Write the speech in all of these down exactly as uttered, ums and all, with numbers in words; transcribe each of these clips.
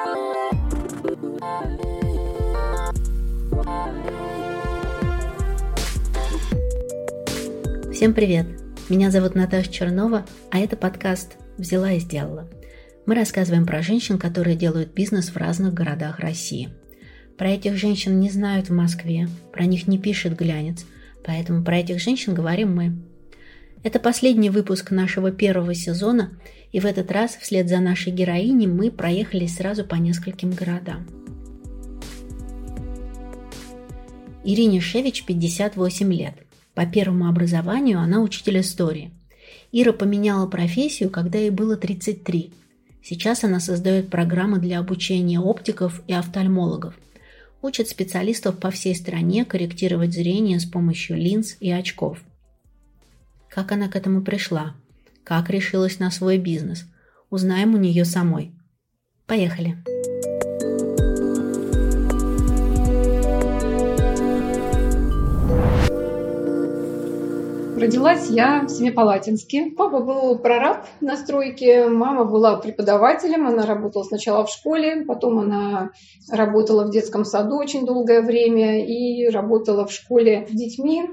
Всем привет! Меня зовут Наташа Чернова, а это подкаст «Взяла и сделала». Мы рассказываем про женщин, которые делают бизнес в разных городах России. Про этих женщин не знают в Москве, про них не пишет глянец, поэтому про этих женщин говорим мы. Это последний выпуск нашего первого сезона, и в этот раз вслед за нашей героиней мы проехались сразу по нескольким городам. Ирине Шевич пятьдесят восемь лет. По первому образованию она учитель истории. Ира поменяла профессию, когда ей было тридцать три. Сейчас она создает программы для обучения оптиков и офтальмологов. Учит специалистов по всей стране корректировать зрение с помощью линз и очков. Как она к этому пришла? Как решилась на свой бизнес? Узнаем у нее самой. Поехали! Родилась я в Семипалатинске. Папа был прораб на стройке, мама была преподавателем. Она работала сначала в школе, потом она работала в детском саду очень долгое время и работала в школе с детьми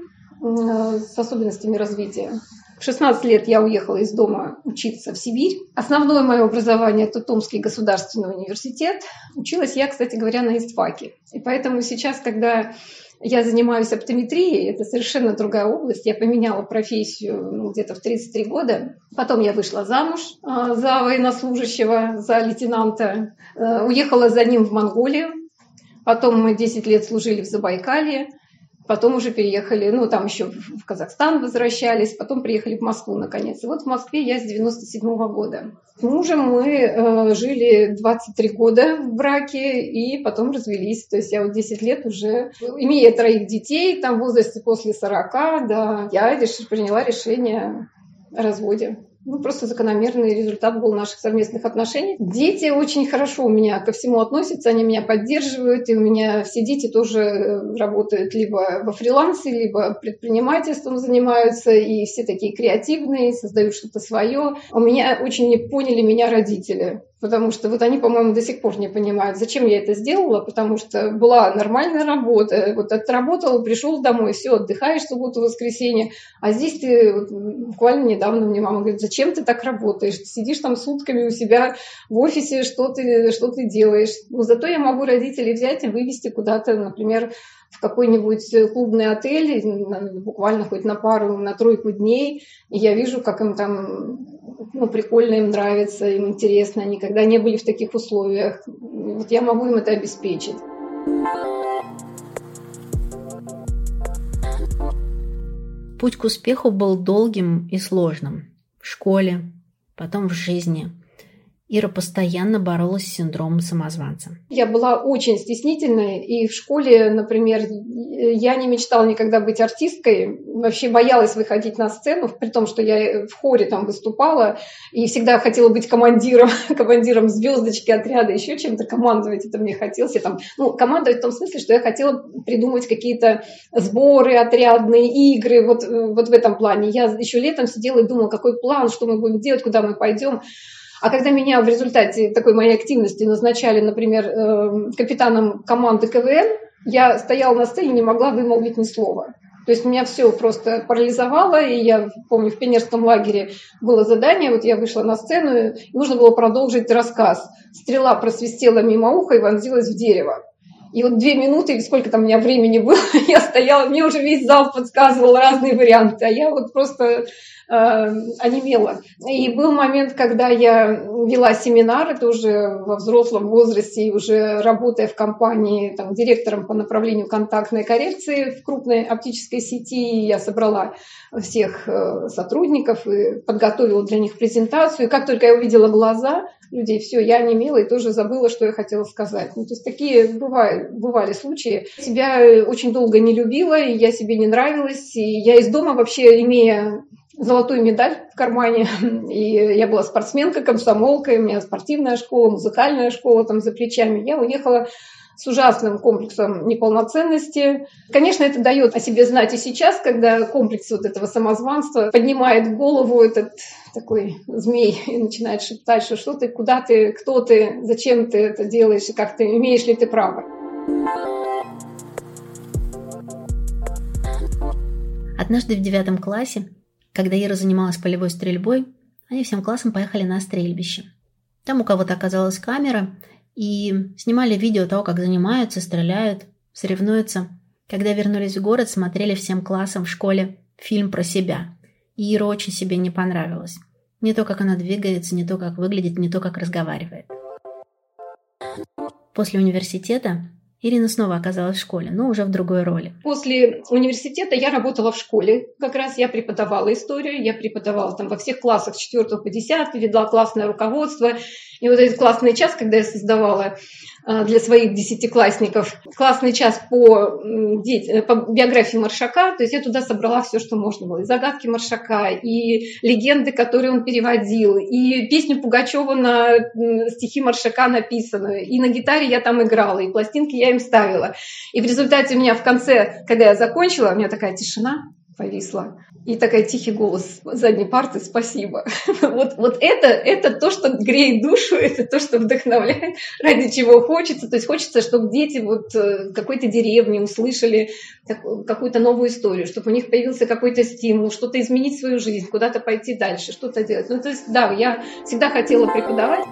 с особенностями развития. В шестнадцать лет я уехала из дома учиться в Сибирь. Основное мое образование – это Томский государственный университет. Училась я, кстати говоря, на истфаке. И поэтому сейчас, когда я занимаюсь оптометрией, это совершенно другая область. Я поменяла профессию ну, где-то в тридцать три года. Потом я вышла замуж э, за военнослужащего, за лейтенанта. Э, уехала за ним в Монголию. Потом мы десять лет служили в Забайкалье. Потом уже переехали, ну там еще в Казахстан возвращались. Потом приехали в Москву наконец. И вот в Москве я с девяносто седьмого года. С мужем мы э, жили двадцать три года в браке и потом развелись. То есть я вот десять лет уже, имея троих детей, там в возрасте после сорока, да, я реш... приняла решение о разводе. Ну, просто закономерный результат был наших совместных отношений. Дети очень хорошо у меня ко всему относятся, они меня поддерживают, и у меня все дети тоже работают либо во фрилансе, либо предпринимательством занимаются, и все такие креативные, создают что-то свое. У меня очень поняли меня родители. Потому что вот они, по-моему, до сих пор не понимают, зачем я это сделала, потому что была нормальная работа, вот отработал, пришел домой, все, отдыхаешь в субботу, воскресенье, а здесь ты, вот, буквально недавно мне мама говорит, зачем ты так работаешь, ты сидишь там сутками у себя в офисе, что ты, что ты делаешь, но зато я могу родителей взять и вывести куда-то, например, в какой-нибудь клубный отель, буквально хоть на пару, на тройку дней, и я вижу, как им там ну, прикольно, им нравится, им интересно, они никогда не были в таких условиях. Вот я могу им это обеспечить. Путь к успеху был долгим и сложным. В школе, потом в жизни. Ира постоянно боролась с синдромом самозванца. Я была очень стеснительной, и в школе, например, я не мечтала никогда быть артисткой, вообще боялась выходить на сцену, при том, что я в хоре там выступала, и всегда хотела быть командиром, командиром звездочки, отряда, еще чем-то командовать, это мне хотелось. Я там, ну, командовать в том смысле, что я хотела придумать какие-то сборы, отрядные игры, вот, вот в этом плане. Я еще летом сидела и думала, какой план, что мы будем делать, куда мы пойдем. А когда меня в результате такой моей активности назначали, например, капитаном команды КВН, я стояла на сцене и не могла вымолвить ни слова. То есть меня все просто парализовало, и я помню, в пионерском лагере было задание, вот я вышла на сцену, и нужно было продолжить рассказ. Стрела просвистела мимо уха и вонзилась в дерево. И вот две минуты, или сколько там у меня времени было, я стояла, мне уже весь зал подсказывал разные варианты, а я вот просто э, онемела. И был момент, когда я вела семинары тоже во взрослом возрасте, и уже работая в компании там, директором по направлению контактной коррекции в крупной оптической сети, я собрала всех э, сотрудников и подготовила для них презентацию. И как только я увидела глаза людей, все, я онемела и тоже забыла, что я хотела сказать. Ну, то есть такие бывают, бывали случаи. Себя очень долго не любила, и я себе не нравилась. И я из дома вообще, имея золотую медаль в кармане, и я была спортсменка, комсомолка, у меня спортивная школа, музыкальная школа там за плечами, я уехала с ужасным комплексом неполноценности. Конечно, это дает о себе знать и сейчас, когда комплекс вот этого самозванства поднимает голову этот такой змей и начинает шептать, что что ты, куда ты, кто ты, зачем ты это делаешь и как ты, имеешь ли ты право. Однажды в девятом классе, когда Ира занималась полевой стрельбой, они всем классом поехали на стрельбище. Там у кого-то оказалась камера, и снимали видео того, как занимаются, стреляют, соревнуются. Когда вернулись в город, смотрели всем классом в школе фильм про себя. И Ира очень себе не понравилось. Не то, как она двигается, не то, как выглядит, не то, как разговаривает. После университета Ирина снова оказалась в школе, но уже в другой роли. После университета я работала в школе. Как раз я преподавала историю, я преподавала там во всех классах с четвёртого по десятый, ведла классное руководство. И вот этот классный час, когда я создавала для своих десятиклассников классный час по, по биографии Маршака, то есть я туда собрала все, что можно было. И загадки Маршака, и легенды, которые он переводил, и песню Пугачева на стихи Маршака написанную, и на гитаре я там играла, и пластинки я им ставила. И в результате у меня в конце, когда я закончила, у меня такая тишина повисла. И такой тихий голос с задней парты: спасибо. Вот, вот это, это то, что греет душу, это то, что вдохновляет, ради чего хочется. То есть хочется, чтобы дети вот в какой-то деревне услышали какую-то новую историю, чтобы у них появился какой-то стимул, что-то изменить свою жизнь, куда-то пойти дальше, что-то делать. Ну, то есть, да, я всегда хотела преподавать.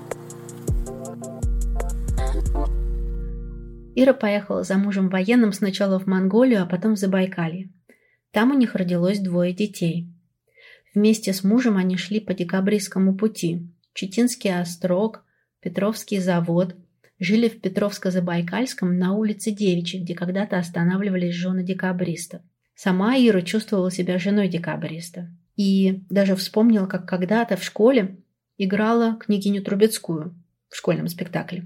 Ира поехала за мужем военным сначала в Монголию, а потом в Забайкалье. Там у них родилось двое детей. Вместе с мужем они шли по декабристскому пути. Читинский острог, Петровский завод. Жили в Петровско-Забайкальском на улице Девичьей, где когда-то останавливались жены декабристов. Сама Ира чувствовала себя женой декабриста. И даже вспомнила, как когда-то в школе играла княгиню Трубецкую в школьном спектакле.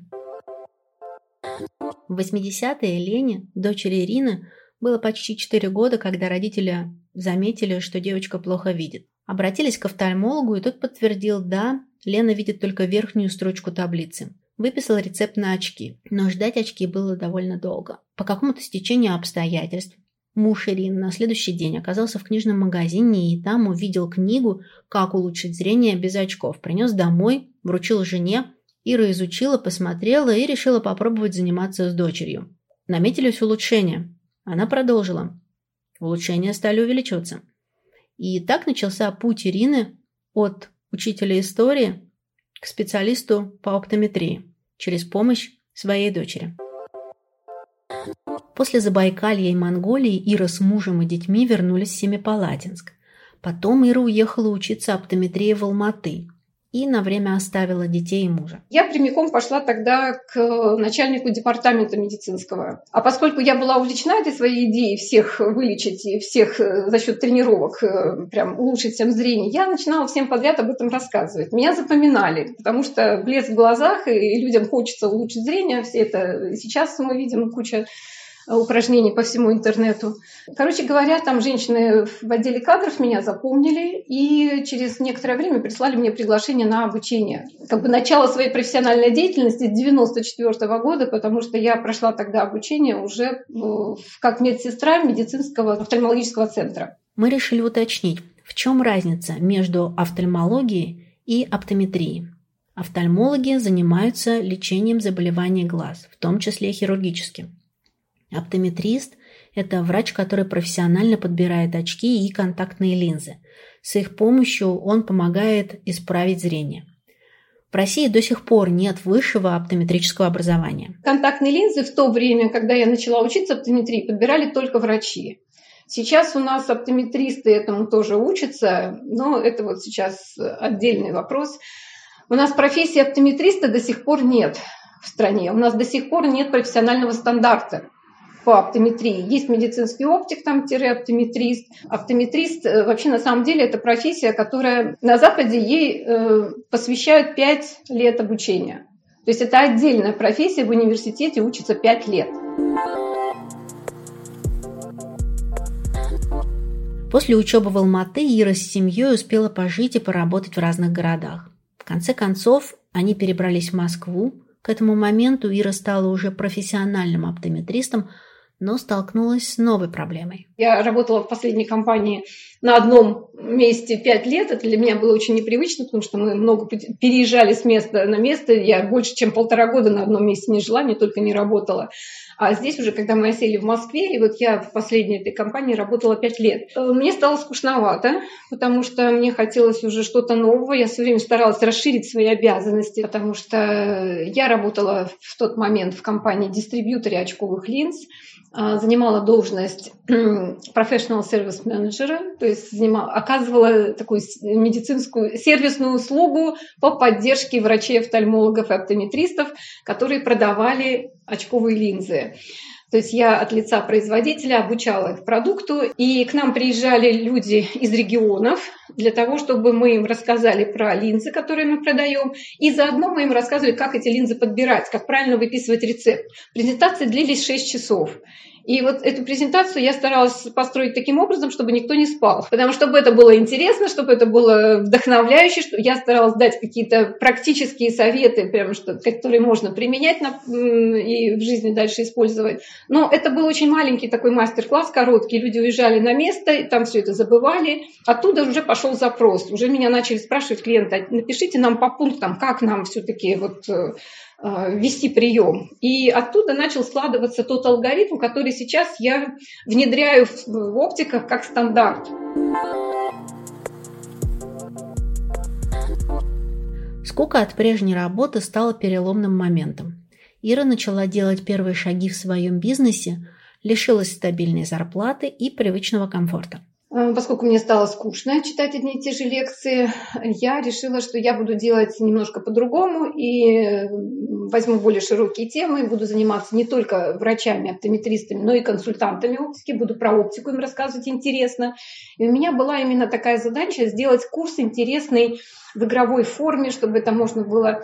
В восьмидесятые Лене, дочери Ирины, было почти четыре года, когда родители заметили, что девочка плохо видит. Обратились к офтальмологу, и тот подтвердил: да, Лена видит только верхнюю строчку таблицы. Выписал рецепт на очки, но ждать очки было довольно долго. По какому-то стечению обстоятельств муж Ирины на следующий день оказался в книжном магазине и там увидел книгу «Как улучшить зрение без очков». Принес домой, вручил жене. Ира изучила, посмотрела и решила попробовать заниматься с дочерью. Наметились улучшения. Она продолжила. Улучшения стали увеличиваться. И так начался путь Ирины от учителя истории к специалисту по оптометрии через помощь своей дочери. После Забайкалья и Монголии Ира с мужем и детьми вернулись в Семипалатинск. Потом Ира уехала учиться оптометрии в Алматы и на время оставила детей и мужа. Я прямиком пошла тогда к начальнику департамента медицинского. А поскольку я была увлечена этой своей идеей всех вылечить и всех за счет тренировок прям улучшить всем зрение, я начинала всем подряд об этом рассказывать. Меня запоминали, потому что блеск в глазах, и людям хочется улучшить зрение. Все это сейчас мы видим куча упражнений по всему интернету. Короче говоря, там женщины в отделе кадров меня запомнили и через некоторое время прислали мне приглашение на обучение. Как бы начало своей профессиональной деятельности с девяносто четвёртого года, потому что я прошла тогда обучение уже как медсестра медицинского офтальмологического центра. Мы решили уточнить, в чем разница между офтальмологией и оптометрией. Офтальмологи занимаются лечением заболеваний глаз, в том числе хирургическим. Оптометрист – это врач, который профессионально подбирает очки и контактные линзы. С их помощью он помогает исправить зрение. В России до сих пор нет высшего оптометрического образования. Контактные линзы в то время, когда я начала учиться оптометрии, подбирали только врачи. Сейчас у нас оптометристы этому тоже учатся, но это вот сейчас отдельный вопрос. У нас профессии оптометриста до сих пор нет в стране. У нас до сих пор нет профессионального стандарта по оптометрии. Есть медицинский оптик, там, оптометрист. Оптометрист, вообще, на самом деле, это профессия, которая на Западе ей э, посвящают пять лет обучения. То есть это отдельная профессия, в университете учится пять лет. После учебы в Алматы Ира с семьей успела пожить и поработать в разных городах. В конце концов, они перебрались в Москву, К этому моменту Ира стала уже профессиональным оптометристом, но столкнулась с новой проблемой. Я работала в последней компании на одном месте пять лет. Это для меня было очень непривычно, потому что мы много переезжали с места на место. Я больше, чем полтора года на одном месте не жила, не только не работала. А здесь уже, когда мы осели в Москве, и вот я в последней этой компании работала пять лет, мне стало скучновато, потому что мне хотелось уже что-то нового. Я все время старалась расширить свои обязанности, потому что я работала в тот момент в компании-дистрибьюторе очковых линз, занимала должность professional service manager, то есть занимала, оказывала такую медицинскую сервисную услугу по поддержке врачей-офтальмологов и оптометристов, которые продавали очковые линзы. То есть я от лица производителя обучала их продукту, и к нам приезжали люди из регионов для того, чтобы мы им рассказали про линзы, которые мы продаем, и заодно мы им рассказывали, как эти линзы подбирать, как правильно выписывать рецепт. Презентации длились шесть часов. И вот эту презентацию я старалась построить таким образом, чтобы никто не спал. Потому что, чтобы это было интересно, чтобы это было вдохновляюще, что я старалась дать какие-то практические советы, прямо что, которые можно применять на, и в жизни дальше использовать. Но это был очень маленький такой мастер-класс, короткий. Люди уезжали на место, и там все это забывали. Оттуда уже пошел запрос. Уже меня начали спрашивать клиенты: напишите нам по пунктам, как нам все-таки вот вести прием. И оттуда начал складываться тот алгоритм, который сейчас я внедряю в оптиках как стандарт. Скука от прежней работы стала переломным моментом. Ира начала делать первые шаги в своем бизнесе, лишилась стабильной зарплаты и привычного комфорта. Поскольку мне стало скучно читать одни и те же лекции, я решила, что я буду делать немножко по-другому и возьму более широкие темы, буду заниматься не только врачами, оптометристами, но и консультантами оптики, буду про оптику им рассказывать интересно. И у меня была именно такая задача сделать курс интересный в игровой форме, чтобы это можно было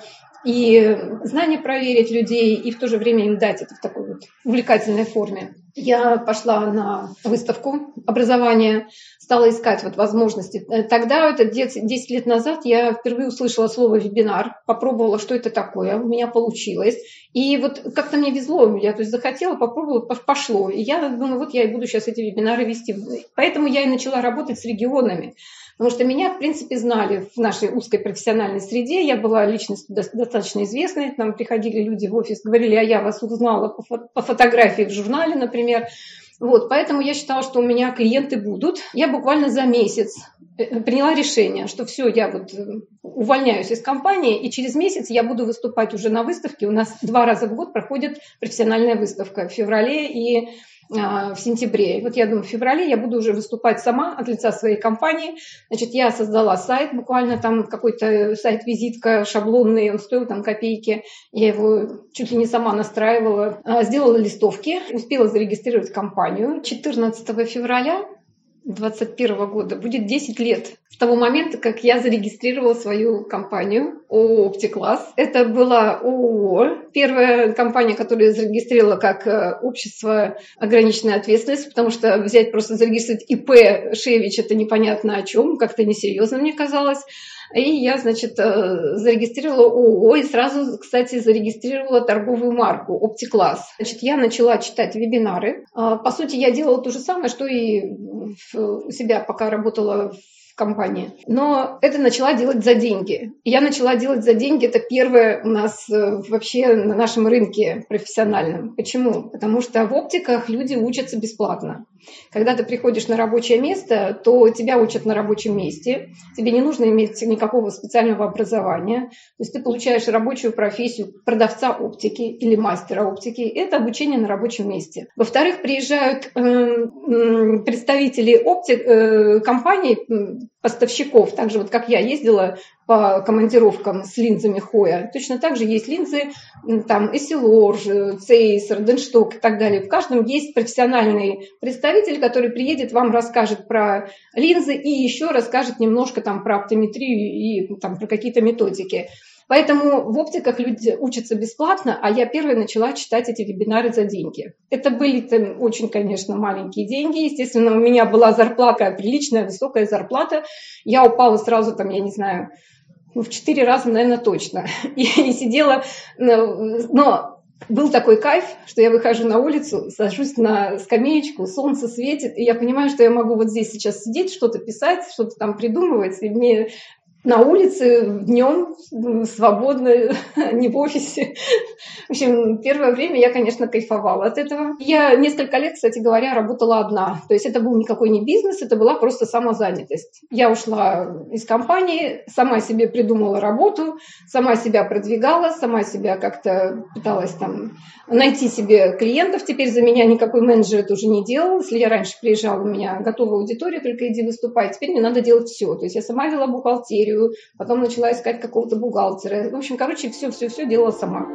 и знания проверить людей, и в то же время им дать это в такой вот увлекательной форме. Я пошла на выставку образования, стала искать вот возможности. Тогда, это десять лет назад, я впервые услышала слово «вебинар», попробовала, что это такое, у меня получилось. И вот как-то мне везло, я то есть захотела, попробовала, пошло. И я думаю, вот я и буду сейчас эти вебинары вести. Поэтому я и начала работать с регионами. Потому что меня, в принципе, знали в нашей узкой профессиональной среде. Я была личностью достаточно известной. К нам приходили люди в офис, говорили: а я вас узнала по, фо- по фотографии в журнале, например. Вот, поэтому я считала, что у меня клиенты будут. Я буквально за месяц приняла решение, что все, я вот увольняюсь из компании, и через месяц я буду выступать уже на выставке. У нас два раза в год проходит профессиональная выставка в феврале и в сентябре. И вот я думаю, в феврале я буду уже выступать сама от лица своей компании. Значит, я создала сайт, буквально там какой-то сайт-визитка шаблонный, он стоил там копейки. Я его чуть ли не сама настраивала. Сделала листовки, успела зарегистрировать компанию. четырнадцатого февраля двадцать первого года будет десять лет с того момента, как я зарегистрировала свою компанию ООО «Оптикласс». Это была ООО, первая компания, которую я зарегистрировала как общество ограниченной ответственности, потому что взять просто зарегистрировать ИП Шевич — это непонятно о чем, как-то несерьезно мне казалось. И я, значит, зарегистрировала ООО и сразу, кстати, зарегистрировала торговую марку «Оптикласс». Значит, я начала читать вебинары. По сути, я делала то же самое, что и у себя, пока работала в компании. Но это начала делать за деньги. Я начала делать за деньги. Это первое у нас вообще на нашем рынке профессиональном. Почему? Потому что в оптиках люди учатся бесплатно. Когда ты приходишь на рабочее место, то тебя учат на рабочем месте. Тебе не нужно иметь никакого специального образования. То есть ты получаешь рабочую профессию продавца оптики или мастера оптики. Это обучение на рабочем месте. Во-вторых, приезжают э, представители оптик, э, компаний, поставщиков, так же вот как я ездила по командировкам с линзами Хоя, точно так же есть линзы там Essilor, Цейсер, Деншток и так далее. В каждом есть профессиональный представитель, который приедет, вам расскажет про линзы и еще расскажет немножко там про оптометрию и там про какие-то методики. Поэтому в оптиках люди учатся бесплатно, а я первой начала читать эти вебинары за деньги. Это были там очень, конечно, маленькие деньги. Естественно, у меня была зарплата, приличная, высокая зарплата. Я упала сразу, там, я не знаю, ну, в четыре раза, наверное, точно. И, и сидела, но был такой кайф, что я выхожу на улицу, сажусь на скамеечку, солнце светит, и я понимаю, что я могу вот здесь сейчас сидеть, что-то писать, что-то там придумывать, и мне на улице днем свободно, не в офисе. В общем, первое время я, конечно, кайфовала от этого. Я несколько лет, кстати говоря, работала одна. То есть это был никакой не бизнес, это была просто самозанятость. Я ушла из компании, сама себе придумала работу, сама себя продвигала, сама себя как-то пыталась там найти себе клиентов. Теперь за меня никакой менеджер это уже не делал. Если я раньше приезжала, у меня готовая аудитория, только иди выступай. Теперь мне надо делать все. То есть я сама вела бухгалтерию, потом начала искать какого-то бухгалтера. В общем, короче, все-все-все делала сама.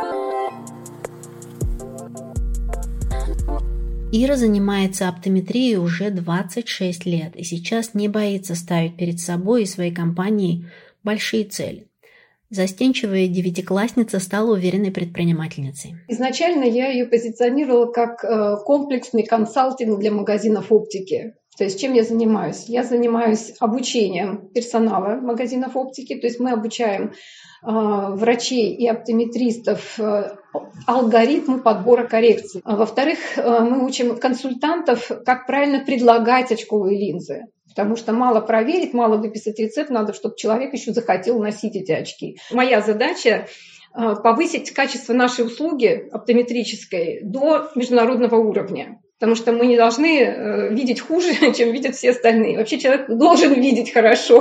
Ира занимается оптометрией уже двадцать шесть лет и сейчас не боится ставить перед собой и своей компанией большие цели. Застенчивая девятиклассница стала уверенной предпринимательницей. Изначально я ее позиционировала как комплексный консалтинг для магазинов оптики. То есть чем я занимаюсь? Я занимаюсь обучением персонала магазинов оптики. То есть мы обучаем э, врачей и оптометристов э, алгоритму подбора коррекций. А во-вторых, э, мы учим консультантов, как правильно предлагать очковые линзы. Потому что мало проверить, мало выписать рецепт, надо, чтобы человек еще захотел носить эти очки. Моя задача э, повысить качество нашей услуги оптометрической до международного уровня. Потому что мы не должны э, видеть хуже, чем видят все остальные. Вообще человек должен видеть хорошо.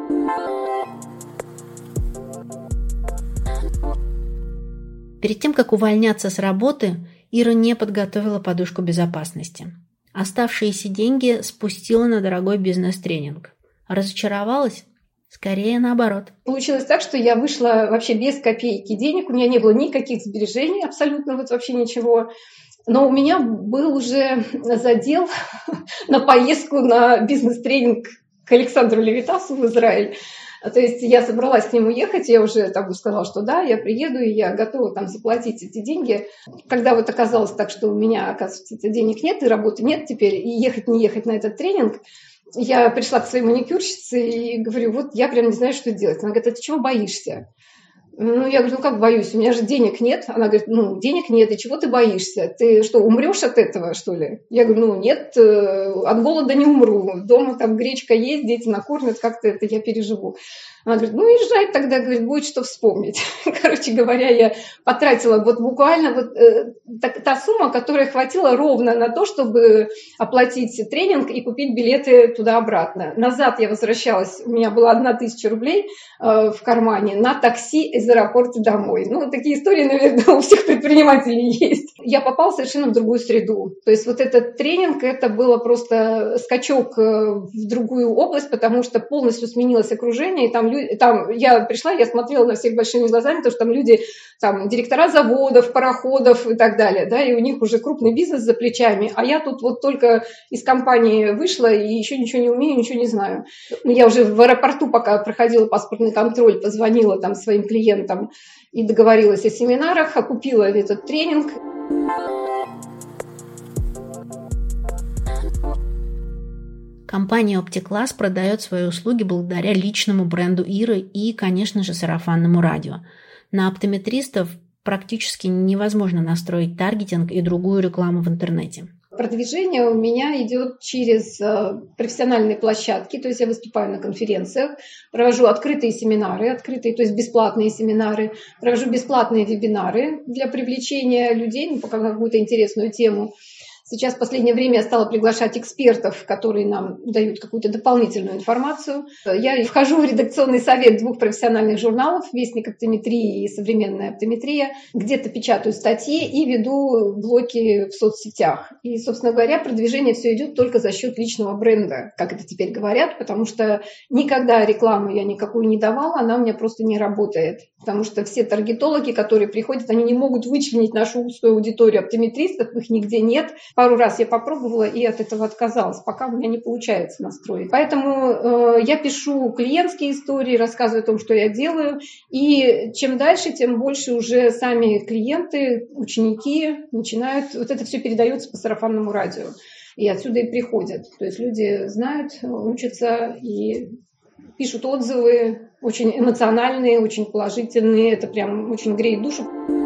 Перед тем, как увольняться с работы, Ира не подготовила подушку безопасности. Оставшиеся деньги спустила на дорогой бизнес-тренинг. Разочаровалась? Скорее наоборот. Получилось так, что я вышла вообще без копейки денег. У меня не было никаких сбережений, абсолютно вот вообще ничего. Но у меня был уже задел на поездку на бизнес-тренинг к Александру Левитасу в Израиль. То есть я собралась к нему ехать, я уже там сказала, что да, я приеду, и я готова там заплатить эти деньги. Когда вот оказалось так, что у меня, оказывается, денег нет, и работы нет теперь, и ехать, не ехать на этот тренинг, я пришла к своей маникюрщице и говорю, вот я прям не знаю, что делать. Она говорит, а ты чего боишься? Ну, я говорю, ну как боюсь, у меня же денег нет. Она говорит, ну, денег нет, и чего ты боишься? Ты что, умрешь от этого, что ли? Я говорю, ну, нет, от голода не умру. Дома там гречка есть, дети накормят, как-то это я переживу. Она говорит, ну, езжай тогда, говорит, будет что вспомнить. Короче говоря, я потратила вот буквально вот э, так, та сумма, которая хватила ровно на то, чтобы оплатить тренинг и купить билеты туда-обратно. Назад я возвращалась, у меня была одна тысяча рублей э, в кармане на такси из аэропорта домой. Ну, такие истории, наверное, у всех предпринимателей есть. Я попала совершенно в другую среду. То есть вот этот тренинг, это было просто скачок в другую область, потому что полностью сменилось окружение, и там Там я пришла, я смотрела на всех большими глазами, потому что там люди, там директора заводов, пароходов и так далее, да, и у них уже крупный бизнес за плечами, а я тут вот только из компании вышла и еще ничего не умею, ничего не знаю. Я уже в аэропорту, пока проходила паспортный контроль, позвонила там своим клиентам и договорилась о семинарах, окупила этот тренинг. Компания OptiClass продает свои услуги благодаря личному бренду Иры и, конечно же, сарафанному радио. На оптометристов практически невозможно настроить таргетинг и другую рекламу в интернете. Продвижение у меня идет через профессиональные площадки, то есть я выступаю на конференциях, провожу открытые семинары, открытые, то есть бесплатные семинары, провожу бесплатные вебинары для привлечения людей ну, по какую-то интересную тему. Сейчас в последнее время я стала приглашать экспертов, которые нам дают какую-то дополнительную информацию. Я вхожу в редакционный совет двух профессиональных журналов «Вестник оптометрии» и «Современная оптометрия». Где-то печатаю статьи и веду блоги в соцсетях. И, собственно говоря, продвижение все идет только за счет личного бренда, как это теперь говорят, потому что никогда рекламу я никакую не давала, она у меня просто не работает. Потому что все таргетологи, которые приходят, они не могут вычленить нашу узкую аудиторию оптометристов, их нигде нет. Пару раз я попробовала и от этого отказалась, пока у меня не получается настроить. Поэтому э, я пишу клиентские истории, рассказываю о том, что я делаю. И чем дальше, тем больше уже сами клиенты, ученики начинают... Вот это все передается по сарафанному радио. И отсюда и приходят. То есть люди знают, учатся и пишут отзывы. очень эмоциональные, очень положительные. Это прям очень греет душу.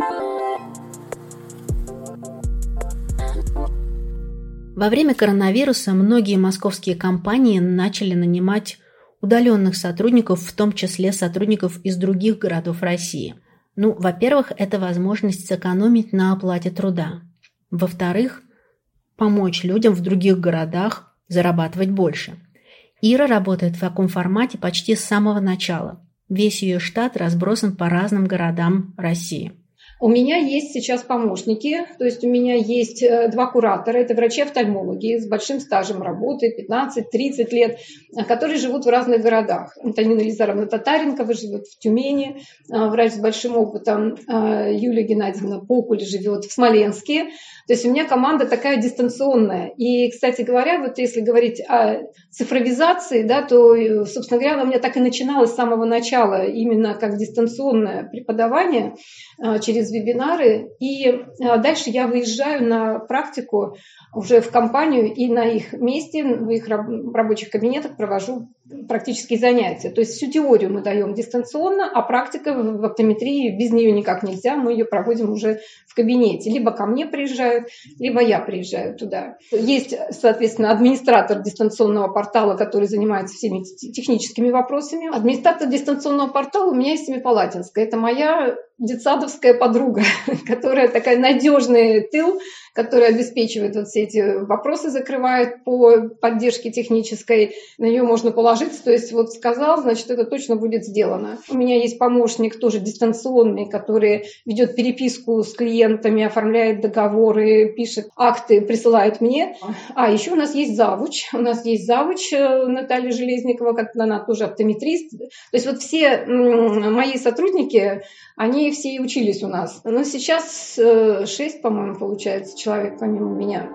Во время коронавируса многие московские компании начали нанимать удаленных сотрудников, в том числе сотрудников из других городов России. Ну, во-первых, это возможность сэкономить на оплате труда. Во-вторых, помочь людям в других городах зарабатывать больше. Ира работает в таком формате почти с самого начала. Весь ее штат разбросан по разным городам России. У меня есть сейчас помощники, то есть у меня есть два куратора, это врачи-офтальмологи с большим стажем работы, пятнадцать-тридцать лет, которые живут в разных городах. Антонина Елизаровна Татаренкова живет в Тюмени, врач с большим опытом Юлия Геннадьевна Покуль живет в Смоленске. То есть у меня команда такая дистанционная. И, кстати говоря, вот если говорить о цифровизации, да, то, собственно говоря, она у меня так и начиналась с самого начала, именно как дистанционное преподавание через вебинары. И дальше я выезжаю на практику уже в компанию и на их месте, в их рабочих кабинетах провожу практические занятия. То есть всю теорию мы даем дистанционно, а практика в оптометрии, без нее никак нельзя, мы ее проводим уже в кабинете. Либо ко мне приезжают, либо я приезжаю туда. Есть, соответственно, администратор дистанционного портала, который занимается всеми техническими вопросами. Администратор дистанционного портала у меня есть Семипалатинская. Это моя детсадовская подруга, которая такая надежный тыл, которая обеспечивает вот все эти вопросы, закрывает по поддержке технической. На нее можно положиться, то есть вот сказал, значит, это точно будет сделано. У меня есть помощник тоже дистанционный, который ведет переписку с клиентами, оформляет договоры, пишет акты, присылает мне. А еще у нас есть завуч. У нас есть завуч Наталья Железникова, как она тоже оптометрист. То есть вот все мои сотрудники, они все и учились у нас. Но сейчас шесть, по-моему, получается, человек помимо меня.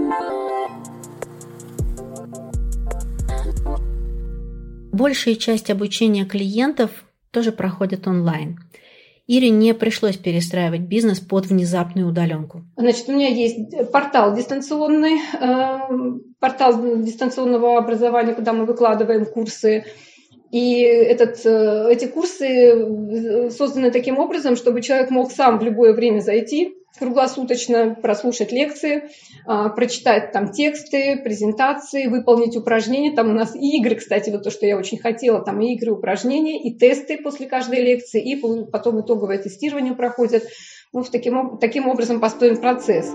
Большая часть обучения клиентов тоже проходит онлайн. Ире не пришлось перестраивать бизнес под внезапную удаленку. Значит, у меня есть портал дистанционный, портал дистанционного образования, куда мы выкладываем курсы. И этот, эти курсы созданы таким образом, чтобы человек мог сам в любое время зайти, круглосуточно прослушать лекции, прочитать там тексты, презентации, выполнить упражнения. Там у нас и игры, кстати, вот то, что я очень хотела, там и игры, упражнения, и тесты после каждой лекции, и потом итоговое тестирование проходит. Ну, таким, таким образом построен процесс.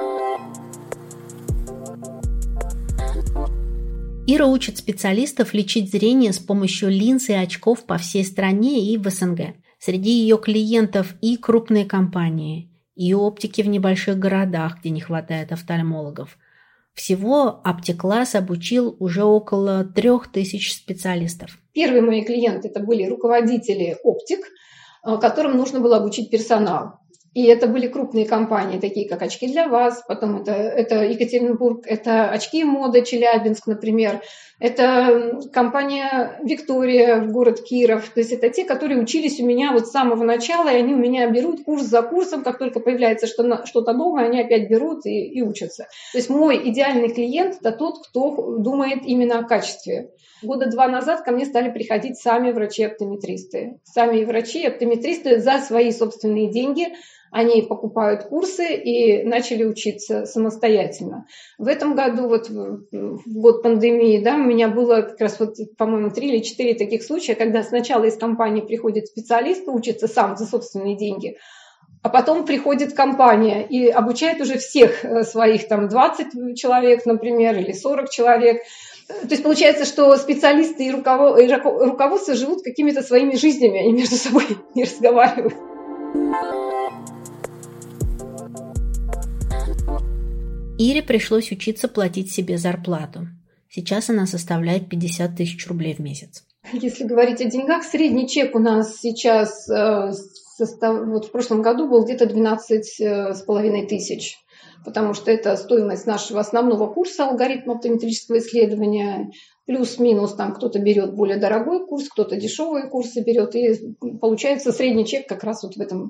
Ира учит специалистов лечить зрение с помощью линз и очков по всей стране и в СНГ. Среди ее клиентов и крупные компании, и оптики в небольших городах, где не хватает офтальмологов. Всего Оптикласс обучил уже около трех тысяч специалистов. Первые мои клиенты это были руководители оптик, которым нужно было обучить персонал. И это были крупные компании, такие как «Очки для вас», потом это, это Екатеринбург, это «Очки мода», Челябинск, например. Это компания «Виктория», в город Киров. То есть это те, которые учились у меня вот с самого начала, и они у меня берут курс за курсом, как только появляется что-то новое, они опять берут и, и учатся. То есть мой идеальный клиент – это тот, кто думает именно о качестве. Года два назад ко мне стали приходить сами врачи-оптометристы. Сами врачи-оптометристы за свои собственные деньги. Они покупают курсы и начали учиться самостоятельно. В этом году, вот в год пандемии, да, у меня было как раз, вот, по-моему, три или четыре таких случая, когда сначала из компании приходит специалист, учится сам за собственные деньги, а потом приходит компания и обучает уже всех своих, там, двадцать человек, например, или сорок человек. То есть получается, что специалисты и руководство живут какими-то своими жизнями, они между собой не разговаривают. Ире пришлось учиться платить себе зарплату. Сейчас она составляет пятьдесят тысяч рублей в месяц. Если говорить о деньгах, средний чек у нас сейчас, состав... вот в прошлом году был где-то двенадцать с половиной тысяч, потому что это стоимость нашего основного курса алгоритма оптометрического исследования, плюс-минус там кто-то берет более дорогой курс, кто-то дешевые курсы берет, и получается средний чек как раз вот в этом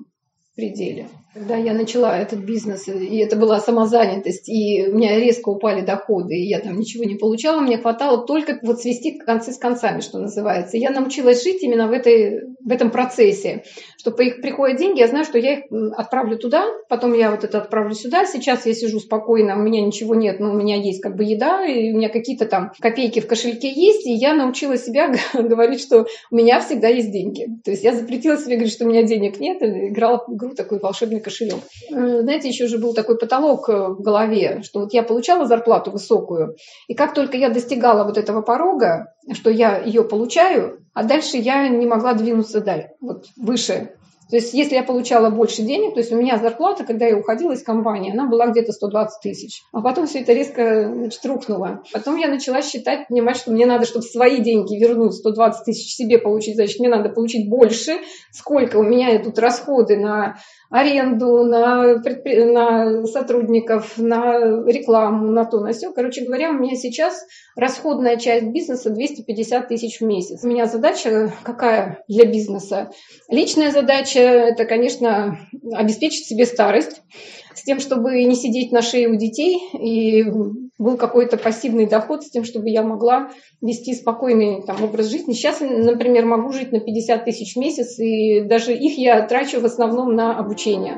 в пределе. Когда я начала этот бизнес, и это была самозанятость, и у меня резко упали доходы, и я там ничего не получала, мне хватало только вот свести концы с концами, что называется. Я научилась жить именно в, этой, в этом процессе, что по их приходят деньги, я знаю, что я их отправлю туда, потом я вот это отправлю сюда. Сейчас я сижу спокойно, у меня ничего нет, но у меня есть как бы еда, и у меня какие-то там копейки в кошельке есть, и я научила себя говорить, что у меня всегда есть деньги. То есть я запретила себе говорить, что у меня денег нет, и играла в игру такой волшебный кошелек. Знаете, еще же был такой потолок в голове, что вот я получала зарплату высокую, и как только я достигала вот этого порога, что я ее получаю, а дальше я не могла двинуться дальше, вот выше. То есть если я получала больше денег, то есть у меня зарплата, когда я уходила из компании, она была где-то сто двадцать тысяч. А потом все это резко, значит, рухнуло. Потом я начала считать, понимать, что мне надо, чтобы свои деньги вернуть, сто двадцать тысяч себе получить, значит, мне надо получить больше. Сколько у меня идут расходы на аренду, на, предпри... на сотрудников, на рекламу, на то, на сё. Короче говоря, у меня сейчас расходная часть бизнеса двести пятьдесят тысяч в месяц. У меня задача какая для бизнеса? Личная задача – это, конечно, обеспечить себе старость с тем, чтобы не сидеть на шее у детей, и был какой-то пассивный доход с тем, чтобы я могла вести спокойный там, образ жизни. Сейчас, например, могу жить на пятьдесят тысяч в месяц, и даже их я трачу в основном на обучение.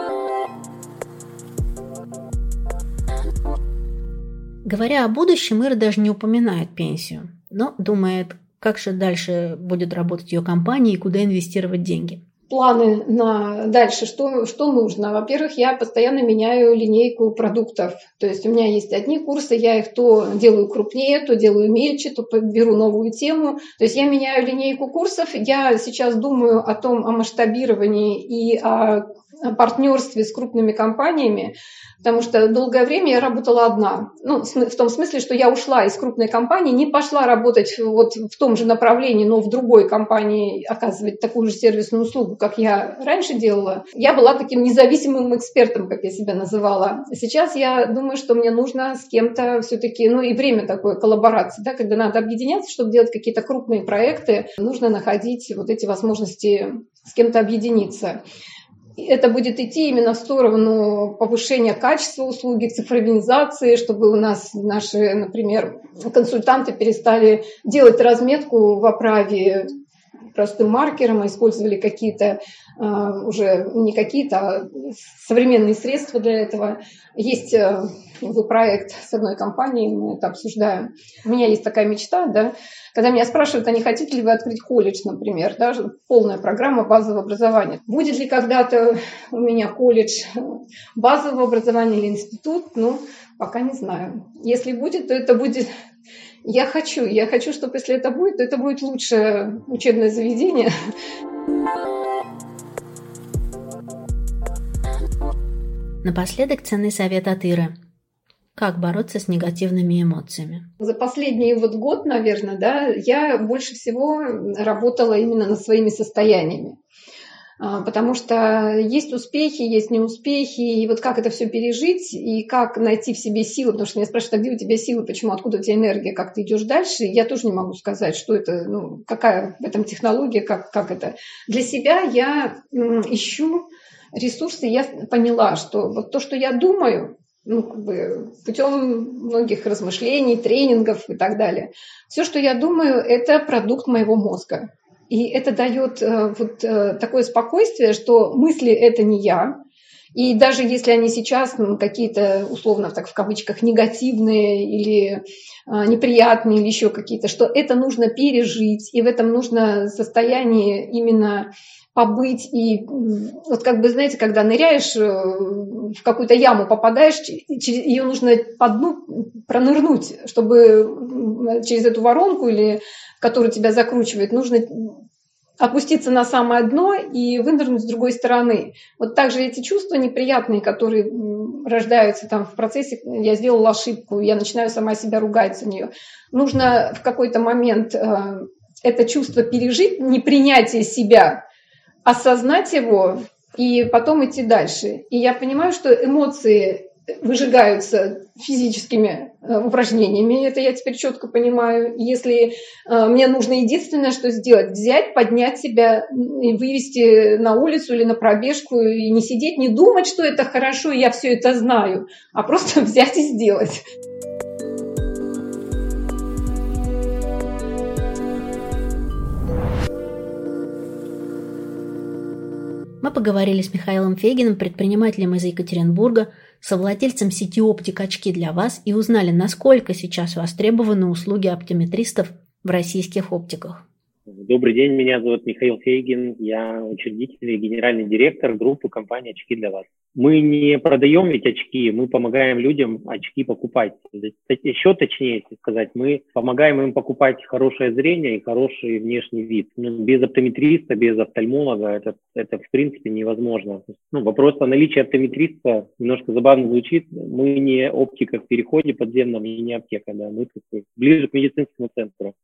Говоря о будущем, Ира даже не упоминает пенсию, но думает, как же дальше будет работать ее компания и куда инвестировать деньги. Планы на дальше, что, что нужно. Во-первых, я постоянно меняю линейку продуктов. То есть у меня есть одни курсы, я их то делаю крупнее, то делаю мельче, то беру новую тему. То есть я меняю линейку курсов. Я сейчас думаю о том, о масштабировании и о партнерстве с крупными компаниями, потому что долгое время я работала одна. Ну, в том смысле, что я ушла из крупной компании, не пошла работать вот в том же направлении, но в другой компании оказывать такую же сервисную услугу, как я раньше делала. Я была таким независимым экспертом, как я себя называла. Сейчас я думаю, что мне нужно с кем-то все-таки, ну и время такое, коллаборации, да, когда надо объединяться, чтобы делать какие-то крупные проекты, нужно находить вот эти возможности с кем-то объединиться. Это будет идти именно в сторону повышения качества услуги, цифровизации, чтобы у нас наши, например, консультанты перестали делать разметку в оправе простым маркером, а использовали какие-то uh, уже не какие-то, а современные средства для этого. Есть uh, проект с одной компанией, мы это обсуждаем. У меня есть такая мечта, да, когда меня спрашивают, а не хотите ли вы открыть колледж, например, да, полная программа базового образования. Будет ли когда-то у меня колледж базового образования или институт, ну, пока не знаю. Если будет, то это будет... Я хочу, я хочу, чтобы если это будет, то это будет лучшее учебное заведение. Напоследок ценный совет от Иры. Как бороться с негативными эмоциями? За последний вот год, наверное, да, я больше всего работала именно над своими состояниями. Потому что есть успехи, есть неуспехи, и вот как это все пережить, и как найти в себе силы, потому что меня спрашивают, а где у тебя силы, почему, откуда у тебя энергия, как ты идешь дальше, я тоже не могу сказать, что это, ну, какая в этом технология, как, как это. Для себя я ищу ресурсы, я поняла, что вот то, что я думаю, ну, как бы путем многих размышлений, тренингов и так далее, все, что я думаю, это продукт моего мозга. И это дает э, вот э, такое спокойствие, что мысли – это не я. И даже если они сейчас ну, какие-то, условно, так в кавычках, негативные или э, неприятные, или еще какие-то, что это нужно пережить, и в этом нужно состоянии именно побыть. И вот как бы, знаете, когда ныряешь в какую-то яму, попадаешь, ее нужно по дну пронырнуть, чтобы через эту воронку, или, в которую тебя закручивает, нужно опуститься на самое дно и вынырнуть с другой стороны. Вот также эти чувства неприятные, которые рождаются там в процессе, я сделала ошибку, я начинаю сама себя ругать за нее. Нужно в какой-то момент э, это чувство пережить, непринятие себя, осознать его и потом идти дальше. И я понимаю, что эмоции выжигаются физическими упражнениями, это я теперь четко понимаю. Если мне нужно единственное, что сделать, взять, поднять себя и вывести на улицу или на пробежку, и не сидеть, не думать, что это хорошо, я все это знаю, а просто взять и сделать. Мы поговорили с Михаилом Фейгиным, предпринимателем из Екатеринбурга, совладельцем сети «Оптик очки для вас» и узнали, насколько сейчас востребованы услуги оптометристов в российских оптиках. Добрый день, меня зовут Михаил Фейгин, я учредитель и генеральный директор группы компании «Очки для вас». Мы не продаем ведь очки, мы помогаем людям очки покупать. Еще точнее, если сказать, мы помогаем им покупать хорошее зрение и хороший внешний вид. Ну, без оптометриста, без офтальмолога это, это в принципе невозможно. Ну, вопрос о наличии оптометриста немножко забавно звучит. Мы не оптика в переходе подземном и не аптека, да, мы ближе к медицинскому центру.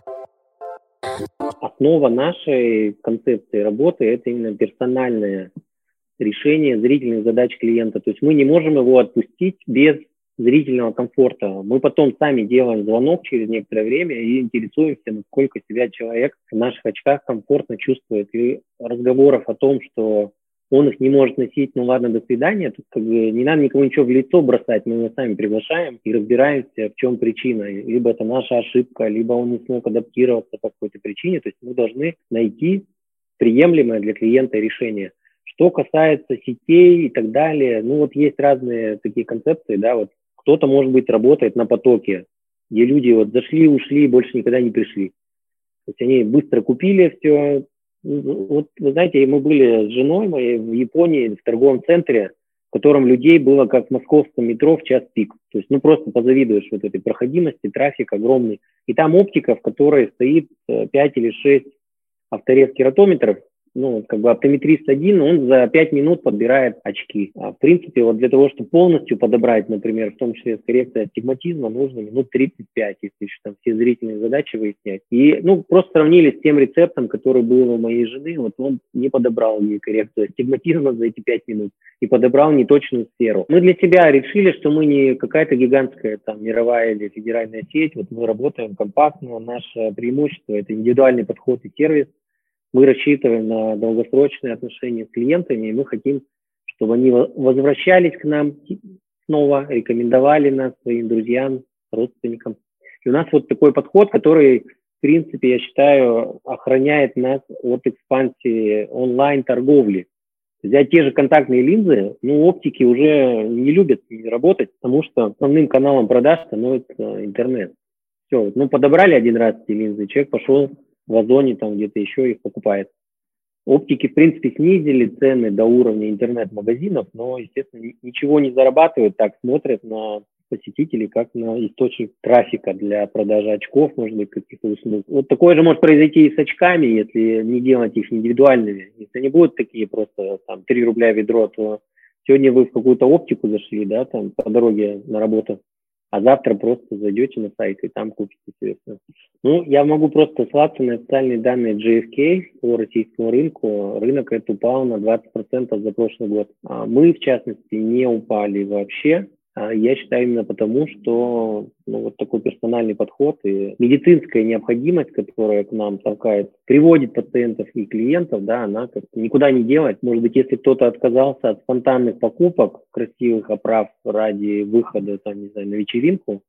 Основа нашей концепции работы – это именно персональное решение зрительных задач клиента. То есть мы не можем его отпустить без зрительного комфорта. Мы потом сами делаем звонок через некоторое время и интересуемся, насколько себя человек в наших очках комфортно чувствует. И разговоров о том, что он их не может носить, ну ладно, до свидания, тут как бы не надо никому ничего в лицо бросать, мы его сами приглашаем и разбираемся, в чем причина. Либо это наша ошибка, либо он не смог адаптироваться по какой-то причине. То есть мы должны найти приемлемое для клиента решение. Что касается сетей и так далее, ну вот есть разные такие концепции, да, вот кто-то, может быть, работает на потоке, где люди вот зашли, ушли, больше никогда не пришли. То есть они быстро купили все. Вот, вы знаете, мы были с женой моей в Японии, в торговом центре, в котором людей было как в московском метро в час пик. То есть, ну, просто позавидуешь вот этой проходимости, трафик огромный. И там оптика, в которой стоит пять или шесть авторез-кератометров. Ну, как бы оптометрист один, он за пять минут подбирает очки. А в принципе, вот для того, чтобы полностью подобрать, например, в том числе с коррекцией астигматизма, нужно минут тридцать пять, если еще там все зрительные задачи выяснять. И, ну, просто сравнили с тем рецептом, который был у моей жены, вот он не подобрал ей коррекцию астигматизма за эти пять минут и подобрал неточную сферу. Мы для себя решили, что мы не какая-то гигантская там мировая или федеральная сеть, вот мы работаем компактно, наше преимущество – это индивидуальный подход и сервис. Мы рассчитываем на долгосрочные отношения с клиентами, и мы хотим, чтобы они возвращались к нам снова, рекомендовали нас своим друзьям, родственникам. И у нас вот такой подход, который, в принципе, я считаю, охраняет нас от экспансии онлайн-торговли. Взять те же контактные линзы, ну, оптики уже не любят работать, потому что основным каналом продаж становится интернет. Все, ну, подобрали один раз эти линзы, человек пошел в Озоне, там где-то еще их покупает. Оптики, в принципе, снизили цены до уровня интернет-магазинов, но, естественно, ничего не зарабатывают, так смотрят на посетителей, как на источник трафика для продажи очков, может быть, каких-то услуг. Вот такое же может произойти и с очками, если не делать их индивидуальными. Если они будут такие просто, там, три рубля ведро, то сегодня вы в какую-то оптику зашли, да, там, по дороге на работу, а завтра просто зайдете на сайт и там купите, соответственно. Ну, я могу просто ссылаться на официальные данные джей эф кей по российскому рынку. Рынок этот упал на двадцать процентов за прошлый год. А мы, в частности, не упали вообще. Я считаю именно потому, что ну, вот такой персональный подход и медицинская необходимость, которая к нам толкает, приводит пациентов и клиентов, да, она как-то никуда не делать. Может быть, если кто-то отказался от спонтанных покупок, красивых оправ ради выхода, там, не знаю, на вечеринку,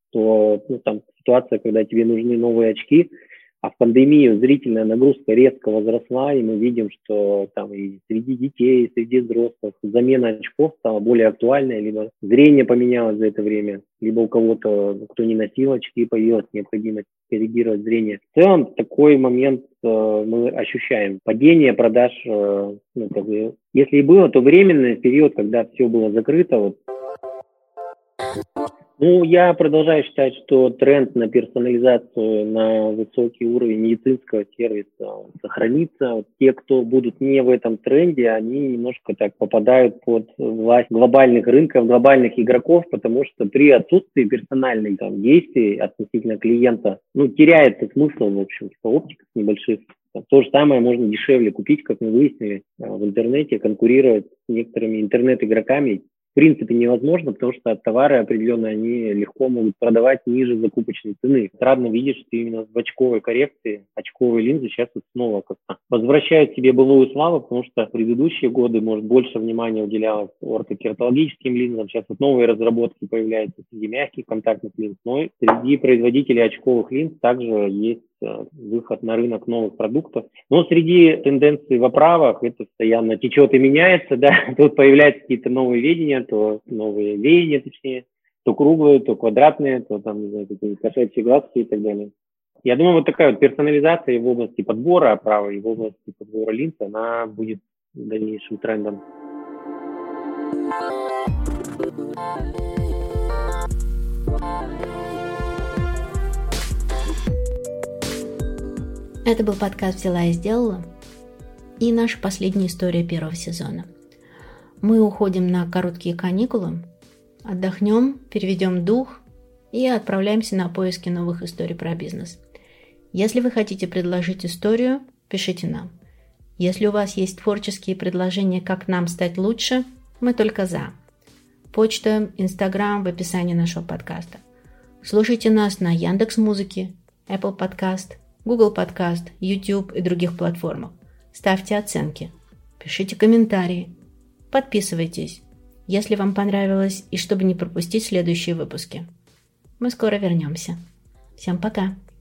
то ну, там ситуация, когда тебе нужны новые очки, а в пандемию зрительная нагрузка резко возросла, и мы видим, что там и среди детей, и среди взрослых замена очков стала более актуальной, либо зрение поменялось за это время, либо у кого-то, кто не носил очки, появилась необходимость коррегировать зрение. В целом, такой момент э, мы ощущаем. Падение продаж, э, ну, как бы, если и было, то временный период, когда все было закрыто. Вот. Ну, я продолжаю считать, что тренд на персонализацию, на высокий уровень медицинского сервиса сохранится. Вот те, кто будут не в этом тренде, они немножко так попадают под власть глобальных рынков, глобальных игроков, потому что при отсутствии персональных там, действий относительно клиента, ну, теряется смысл, в общем, оптика с небольших. То же самое можно дешевле купить, как мы выяснили, в интернете, конкурировать с некоторыми интернет-игроками. принципе невозможно, потому что товары определенные, они легко могут продавать ниже закупочной цены. Отрадно видишь, что именно в очковой коррекции, очковые линзы сейчас вот снова как-то возвращают себе былую славу, потому что в предыдущие годы, может, больше внимания уделялось ортокератологическим линзам, сейчас вот новые разработки появляются среди мягких контактных линз, но и среди производителей очковых линз также есть выход на рынок новых продуктов. Но среди тенденций в оправах это постоянно течет и меняется, да, тут появляются какие-то новые видения, то новые веяния, точнее, то круглые, то квадратные, то там, не знаю, такие кошачьи глазки и так далее. Я думаю, вот такая вот персонализация в области подбора оправы и в области подбора линз, она будет дальнейшим трендом. Это был подкаст «Взяла и сделала» и наша последняя история первого сезона. Мы уходим на короткие каникулы, отдохнем, переведем дух и отправляемся на поиски новых историй про бизнес. Если вы хотите предложить историю, пишите нам. Если у вас есть творческие предложения, как нам стать лучше, мы только за. Почта, Инстаграм в описании нашего подкаста. Слушайте нас на Яндекс.Музыке, Apple Podcast, Google Podcast, YouTube и других платформах. Ставьте оценки, пишите комментарии, подписывайтесь, если вам понравилось и чтобы не пропустить следующие выпуски. Мы скоро вернемся. Всем пока!